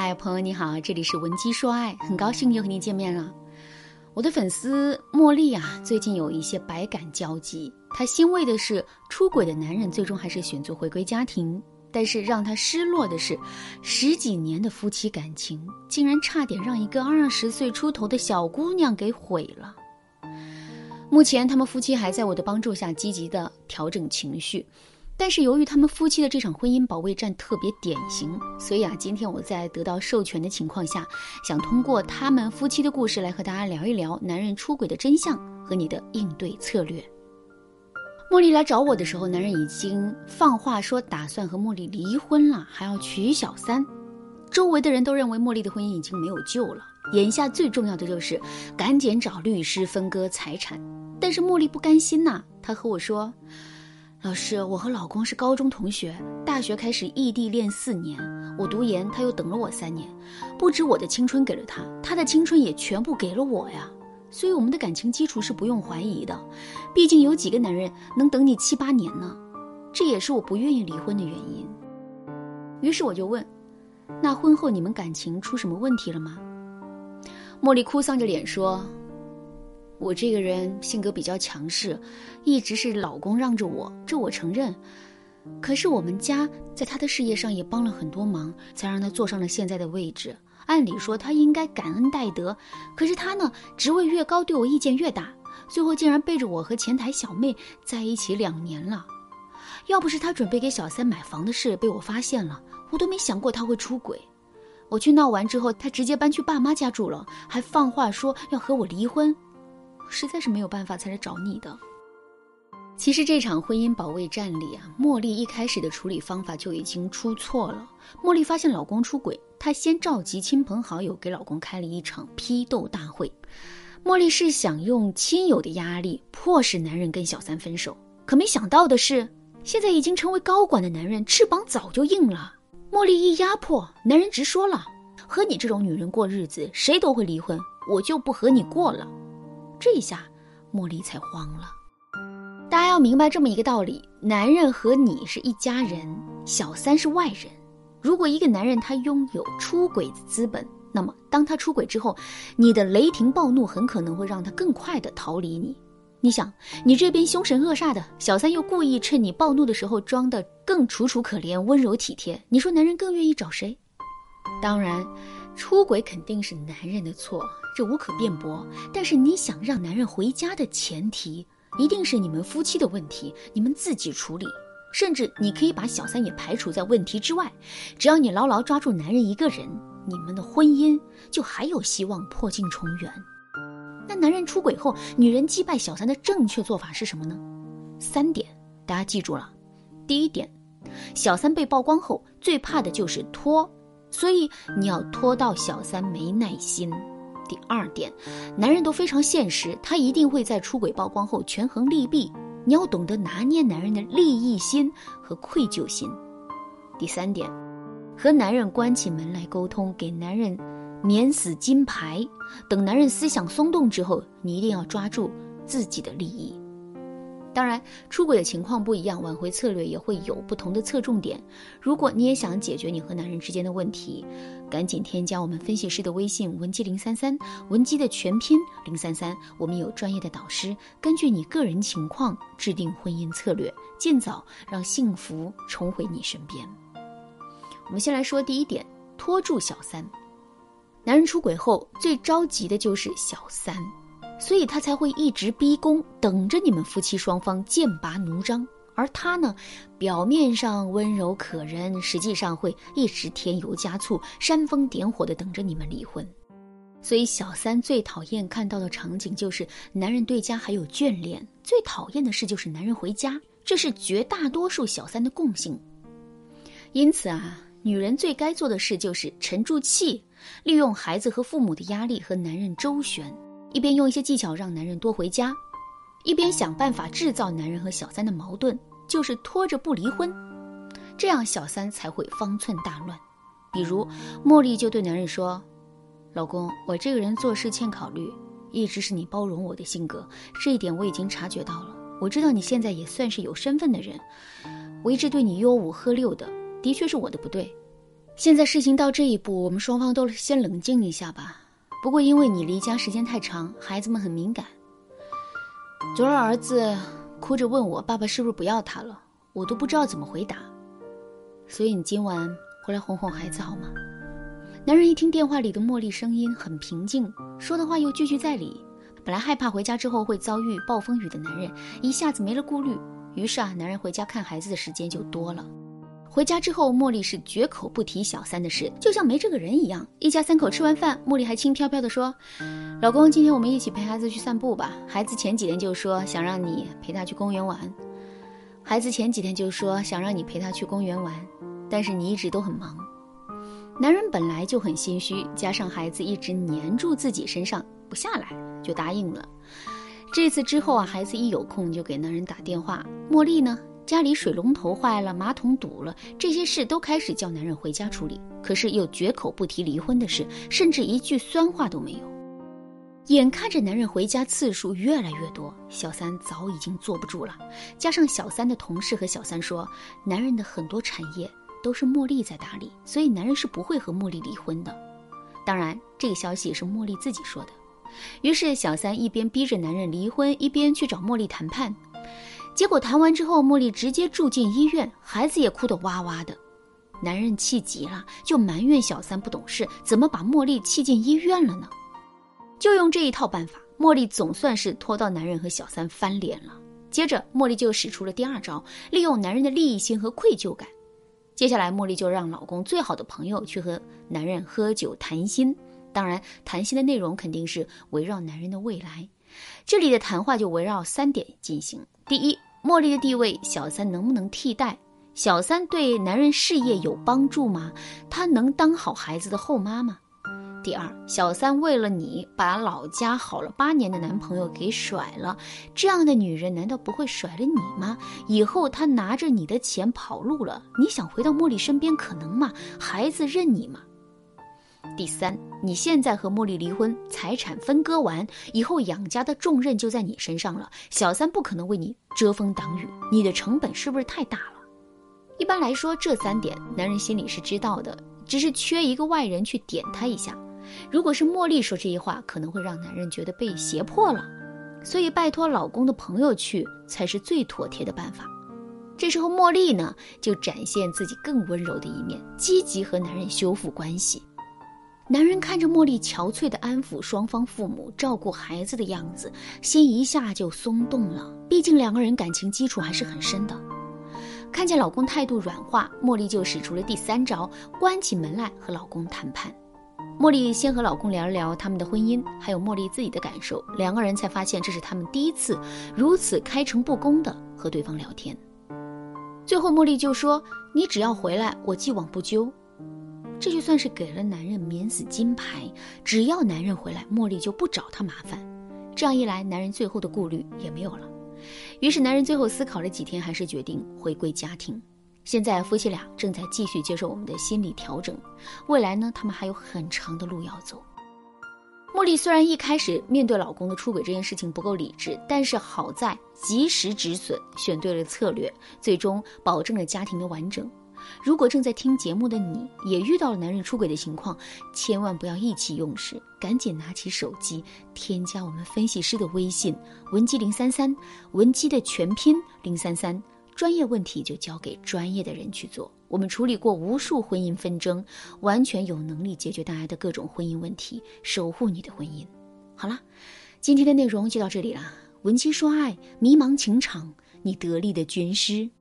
嗨，朋友你好，这里是文姬说爱，很高兴又和你见面了。我的粉丝茉莉最近有一些百感交集。她欣慰的是，出轨的男人最终还是选择回归家庭，但是让她失落的是，10几年的夫妻感情竟然差点让一个20岁出头的小姑娘给毁了。目前他们夫妻还在我的帮助下积极的调整情绪，但是由于他们夫妻的这场婚姻保卫战特别典型，所以今天我在得到授权的情况下，想通过他们夫妻的故事来和大家聊一聊男人出轨的真相和你的应对策略。茉莉来找我的时候，男人已经放话说打算和茉莉离婚了，还要娶小三。周围的人都认为茉莉的婚姻已经没有救了，眼下最重要的就是赶紧找律师分割财产。但是茉莉不甘心她和我说，老师，我和老公是高中同学，大学开始异地恋4年，我读研，他又等了我3年，不止我的青春给了他，他的青春也全部给了我呀。所以我们的感情基础是不用怀疑的，毕竟有几个男人能等你7、8年呢？这也是我不愿意离婚的原因。于是我就问，那婚后你们感情出什么问题了吗？茉莉哭丧着脸说，我这个人性格比较强势，一直是老公让着我，这我承认。可是我们家在他的事业上也帮了很多忙，才让他坐上了现在的位置。按理说他应该感恩戴德，可是他呢，职位越高对我意见越大，最后竟然背着我和前台小妹在一起2年了。要不是他准备给小三买房的事被我发现了，我都没想过他会出轨。我去闹完之后，他直接搬去爸妈家住了，还放话说要和我离婚。实在是没有办法才来找你的。其实这场婚姻保卫战里茉莉一开始的处理方法就已经出错了。茉莉发现老公出轨，她先召集亲朋好友给老公开了一场批斗大会。茉莉是想用亲友的压力迫使男人跟小三分手，可没想到的是，现在已经成为高管的男人翅膀早就硬了。茉莉一压迫，男人直说了，和你这种女人过日子谁都会离婚，我就不和你过了。这一下茉莉才慌了。大家要明白这么一个道理，男人和你是一家人，小三是外人。如果一个男人他拥有出轨的资本，那么当他出轨之后，你的雷霆暴怒很可能会让他更快地逃离你。你想，你这边凶神恶煞的，小三又故意趁你暴怒的时候装得更楚楚可怜，温柔体贴，你说男人更愿意找谁？当然出轨肯定是男人的错，这无可辩驳，但是你想让男人回家的前提一定是你们夫妻的问题，你们自己处理，甚至你可以把小三也排除在问题之外。只要你牢牢抓住男人一个人，你们的婚姻就还有希望破镜重圆。那男人出轨后，女人击败小三的正确做法是什么呢？3点，大家记住了。第一点，小三被曝光后最怕的就是拖，所以你要拖到小三没耐心。第2点，男人都非常现实，他一定会在出轨曝光后权衡利弊，你要懂得拿捏男人的利益心和愧疚心。第3点，和男人关起门来沟通，给男人免死金牌，等男人思想松动之后，你一定要抓住自己的利益。当然出轨的情况不一样，挽回策略也会有不同的侧重点。如果你也想解决你和男人之间的问题，赶紧添加我们分析师的微信文姬033，文姬的全拼033，我们有专业的导师，根据你个人情况制定婚姻策略，尽早让幸福重回你身边。我们先来说第1点，拖住小三。男人出轨后最着急的就是小三，所以他才会一直逼宫，等着你们夫妻双方剑拔弩张。而他呢，表面上温柔可人，实际上会一直添油加醋，煽风点火的等着你们离婚。所以小三最讨厌看到的场景就是男人对家还有眷恋，最讨厌的事就是男人回家，这是绝大多数小三的共性。因此女人最该做的事就是沉住气，利用孩子和父母的压力和男人周旋，一边用一些技巧让男人多回家，一边想办法制造男人和小三的矛盾，就是拖着不离婚，这样小三才会方寸大乱。比如茉莉就对男人说，老公，我这个人做事欠考虑，一直是你包容我的性格，这一点我已经察觉到了。我知道你现在也算是有身份的人，我一直对你吆五喝六的，的确是我的不对。 现在事情到这一步，我们双方都先冷静一下吧。不过因为你离家时间太长，孩子们很敏感。昨儿儿子哭着问我爸爸是不是不要他了，我都不知道怎么回答。所以你今晚回来哄哄孩子好吗？男人一听电话里的茉莉声音很平静，说的话又句句在理。本来害怕回家之后会遭遇暴风雨的男人一下子没了顾虑，于是男人回家看孩子的时间就多了。回家之后，茉莉是绝口不提小三的事，就像没这个人一样。一家三口吃完饭，茉莉还轻飘飘地说，老公，今天我们一起陪孩子去散步吧。孩子前几天就说想让你陪他去公园玩，但是你一直都很忙。男人本来就很心虚，加上孩子一直黏住自己身上不下来，就答应了。这次之后孩子一有空就给男人打电话。茉莉呢，家里水龙头坏了，马桶堵了，这些事都开始叫男人回家处理，可是又绝口不提离婚的事，甚至一句酸话都没有。眼看着男人回家次数越来越多，小三早已经坐不住了。加上小三的同事和小三说，男人的很多产业都是茉莉在打理，所以男人是不会和茉莉离婚的。当然，这个消息也是茉莉自己说的。于是小三一边逼着男人离婚，一边去找茉莉谈判。结果谈完之后，茉莉直接住进医院，孩子也哭得哇哇的。男人气急了，就埋怨小三不懂事，怎么把茉莉气进医院了呢？就用这一套办法，茉莉总算是拖到男人和小三翻脸了。接着茉莉就使出了第二招，利用男人的利益心和愧疚感。接下来茉莉就让老公最好的朋友去和男人喝酒谈心，当然谈心的内容肯定是围绕男人的未来。这里的谈话就围绕3点进行。第一，茉莉的地位小三能不能替代？小三对男人事业有帮助吗？她能当好孩子的后妈吗？第二，小三为了你把老家好了8年的男朋友给甩了，这样的女人难道不会甩了你吗？以后她拿着你的钱跑路了，你想回到茉莉身边可能吗？孩子认你吗？第三，你现在和茉莉离婚，财产分割完以后，养家的重任就在你身上了，小三不可能为你遮风挡雨，你的成本是不是太大了？一般来说，这3点男人心里是知道的，只是缺一个外人去点他一下。如果是茉莉说这些话，可能会让男人觉得被胁迫了，所以拜托老公的朋友去才是最妥帖的办法。这时候茉莉呢，就展现自己更温柔的一面，积极和男人修复关系。男人看着茉莉憔悴的安抚双方父母，照顾孩子的样子，心一下就松动了，毕竟2个人感情基础还是很深的。看见老公态度软化，茉莉就使出了第3招，关起门来和老公谈判。茉莉先和老公聊一聊他们的婚姻，还有茉莉自己的感受，2个人才发现这是他们第一次如此开诚布公的和对方聊天。最后茉莉就说，你只要回来，我既往不咎。这就算是给了男人免死金牌，只要男人回来，茉莉就不找他麻烦。这样一来，男人最后的顾虑也没有了。于是男人最后思考了几天，还是决定回归家庭。现在夫妻俩正在继续接受我们的心理调整，未来呢，他们还有很长的路要走。茉莉虽然一开始面对老公的出轨这件事情不够理智，但是好在及时止损，选对了策略，最终保证了家庭的完整。如果正在听节目的你也遇到了男人出轨的情况，千万不要意气用事，赶紧拿起手机添加我们分析师的微信文姬033，文姬的全拼033，专业问题就交给专业的人去做。我们处理过无数婚姻纷争，完全有能力解决大家的各种婚姻问题，守护你的婚姻。好了，今天的内容就到这里了。文姬说爱，迷茫情场，你得力的军师。